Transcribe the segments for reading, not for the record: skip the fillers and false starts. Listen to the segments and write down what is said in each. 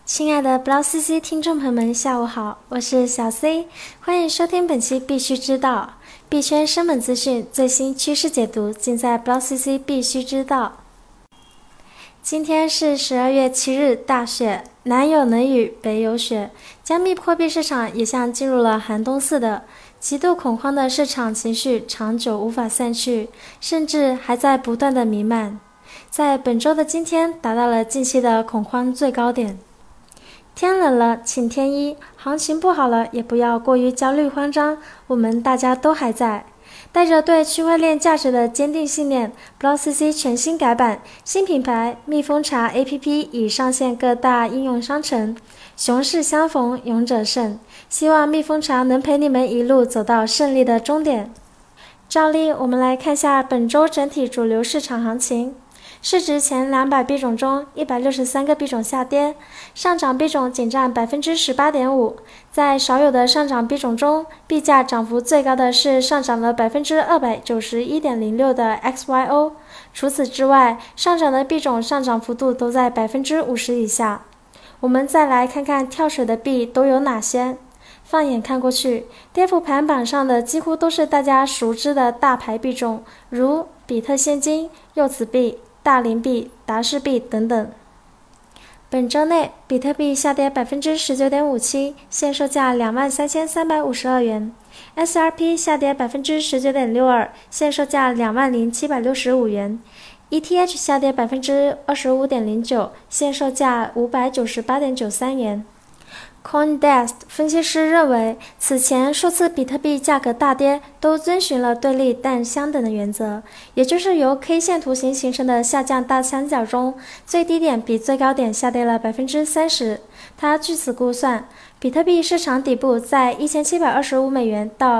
亲爱的 BLOGCC 听众朋友们，下午好，我是小 C， 欢迎收听本期必须知道币圈生本资讯最新趋势解读，尽在 BLOGCC 必须知道。今天是12月7日，大雪，南有冷雨，北有雪，加密货币市场也像进入了寒冬似的，极度恐慌的市场情绪长久无法散去，甚至还在不断的弥漫，在本周的今天达到了近期的恐慌最高点。天冷了，请添衣；行情不好了，也不要过于焦虑慌张。我们大家都还在，带着对区块链价值的坚定信念 ，BLOGCC 全新改版，新品牌蜜蜂茶 APP 已上线各大应用商城。熊市相逢，勇者胜，希望蜜蜂茶能陪你们一路走到胜利的终点。照例，我们来看下本周整体主流市场行情。市值前200币种中，163个币种下跌，上涨币种仅占 18.5%。在少有的上涨币种中，币价涨幅最高的是上涨了 291.06% 的 XYO。除此之外，上涨的币种上涨幅度都在 50% 以下。我们再来看看跳水的币都有哪些。放眼看过去，跌幅排行榜上的几乎都是大家熟知的大牌币种，如比特现金、柚子币、大林币、达氏币等等。本周内，比特币下跌 19.57%， 现售价23,352元 ；XRP 下跌 19.62%， 现售价20,765元；ETH 下跌 25.09%， 现售价598.93元。CoinDesk 分析师认为，此前数次比特币价格大跌都遵循了对立但相等的原则，也就是由 K 线图形形成的下降大三角中，最低点比最高点下跌了 30%。他据此估算，比特币市场底部在$1,725到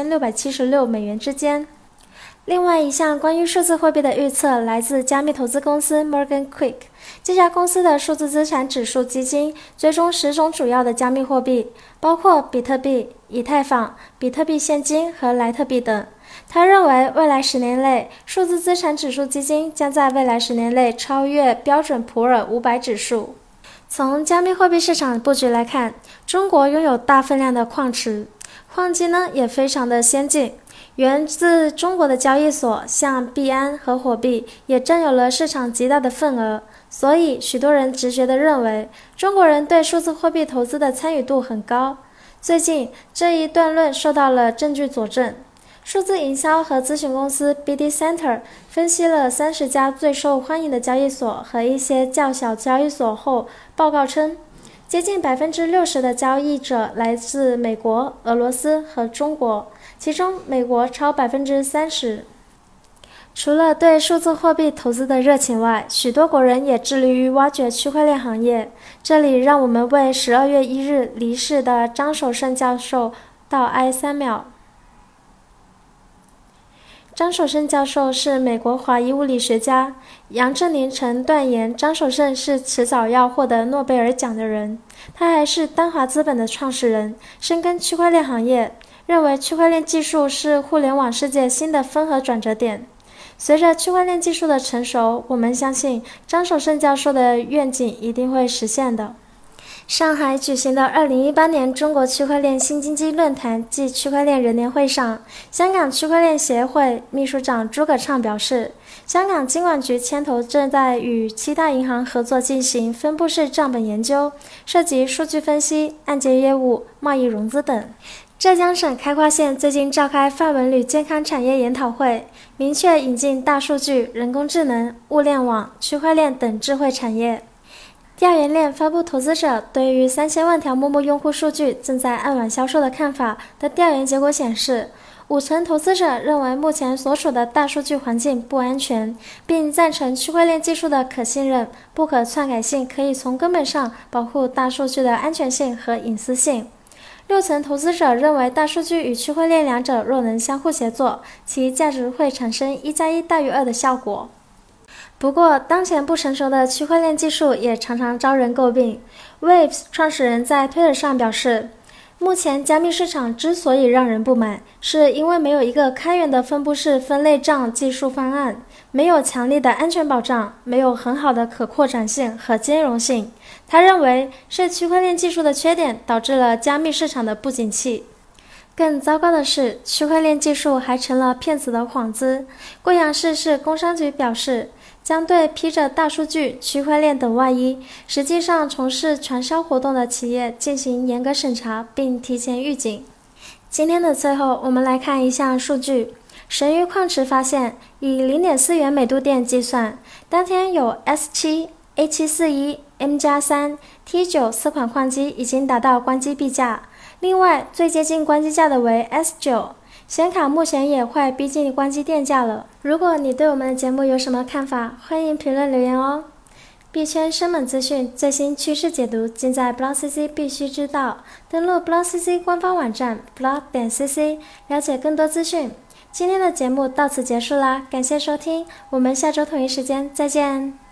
$2,676之间。另外一项关于数字货币的预测来自加密投资公司 Morgan Quick， 这家公司的数字资产指数基金追踪10种主要的加密货币，包括比特币、以太坊、比特币现金和莱特币等。他认为未来10年内，数字资产指数基金将在未来10年内超越标准普尔500指数。从加密货币市场布局来看，中国拥有大分量的矿池，矿机呢也非常的先进。源自中国的交易所，像币安和火币也占有了市场极大的份额，所以许多人直觉地认为，中国人对数字货币投资的参与度很高。最近这一断论受到了证据佐证。数字营销和咨询公司 BD Center 分析了30家最受欢迎的交易所和一些较小交易所后，报告称，接近 60% 的交易者来自美国、俄罗斯和中国，其中美国超 30%。 除了对数字货币投资的热情外，许多国人也致力于挖掘区块链行业。这里让我们为12月1日离世的张守胜教授道哀3秒。张守胜教授是美国华裔物理学家，杨振宁曾断言张守胜是迟早要获得诺贝尔奖的人。他还是丹华资本的创始人，深耕区块链行业，认为区块链技术是互联网世界新的分和转折点。随着区块链技术的成熟，我们相信张守胜教授的愿景一定会实现的。上海举行的2018年中国区块链新经济论坛暨区块链人年会上，香港区块链协会秘书长朱葛畅表示，香港金管局牵头正在与7大银行合作进行分布式账本研究，涉及数据分析、按揭业务、贸易融资等。浙江省开化县最近召开泛文旅健康产业研讨会，明确引进大数据、人工智能、物联网、区块链等智慧产业。调研链发布投资者对于3000万条陌陌用户数据正在暗网销售的看法的调研结果显示，50%投资者认为目前所处的大数据环境不安全，并赞成区块链技术的可信任、不可篡改性可以从根本上保护大数据的安全性和隐私性。60%投资者认为大数据与区块链两者若能相互协作，其价值会产生1+1大于2的效果。不过，当前不成熟的区块链技术也常常招人诟病。Waves 创始人在推特上表示，目前加密市场之所以让人不满，是因为没有一个开源的分布式分类账技术方案，没有强力的安全保障，没有很好的可扩展性和兼容性。 他认为是区块链技术的缺点导致了加密市场的不景气。更糟糕的是，区块链技术还成了骗子的幌子。贵阳市工商局表示，将对披着大数据、区块链等外衣，实际上从事传销活动的企业进行严格审查，并提前预警。今天的最后，我们来看一项数据。神鱼矿池发现，以 0.4 元每度电计算，当天有 S7、A741、M+3、T9 4款矿机已经达到关机闭价。另外，最接近关机价的为 S9， 显卡目前也快逼近关机电价了。如果你对我们的节目有什么看法，欢迎评论留言哦。币圈生猛资讯、最新趋势解读尽在 BlockCC 必须知道。登录 BlockCC 官方网站 block.cc 了解更多资讯。今天的节目到此结束啦，感谢收听，我们下周同一时间再见。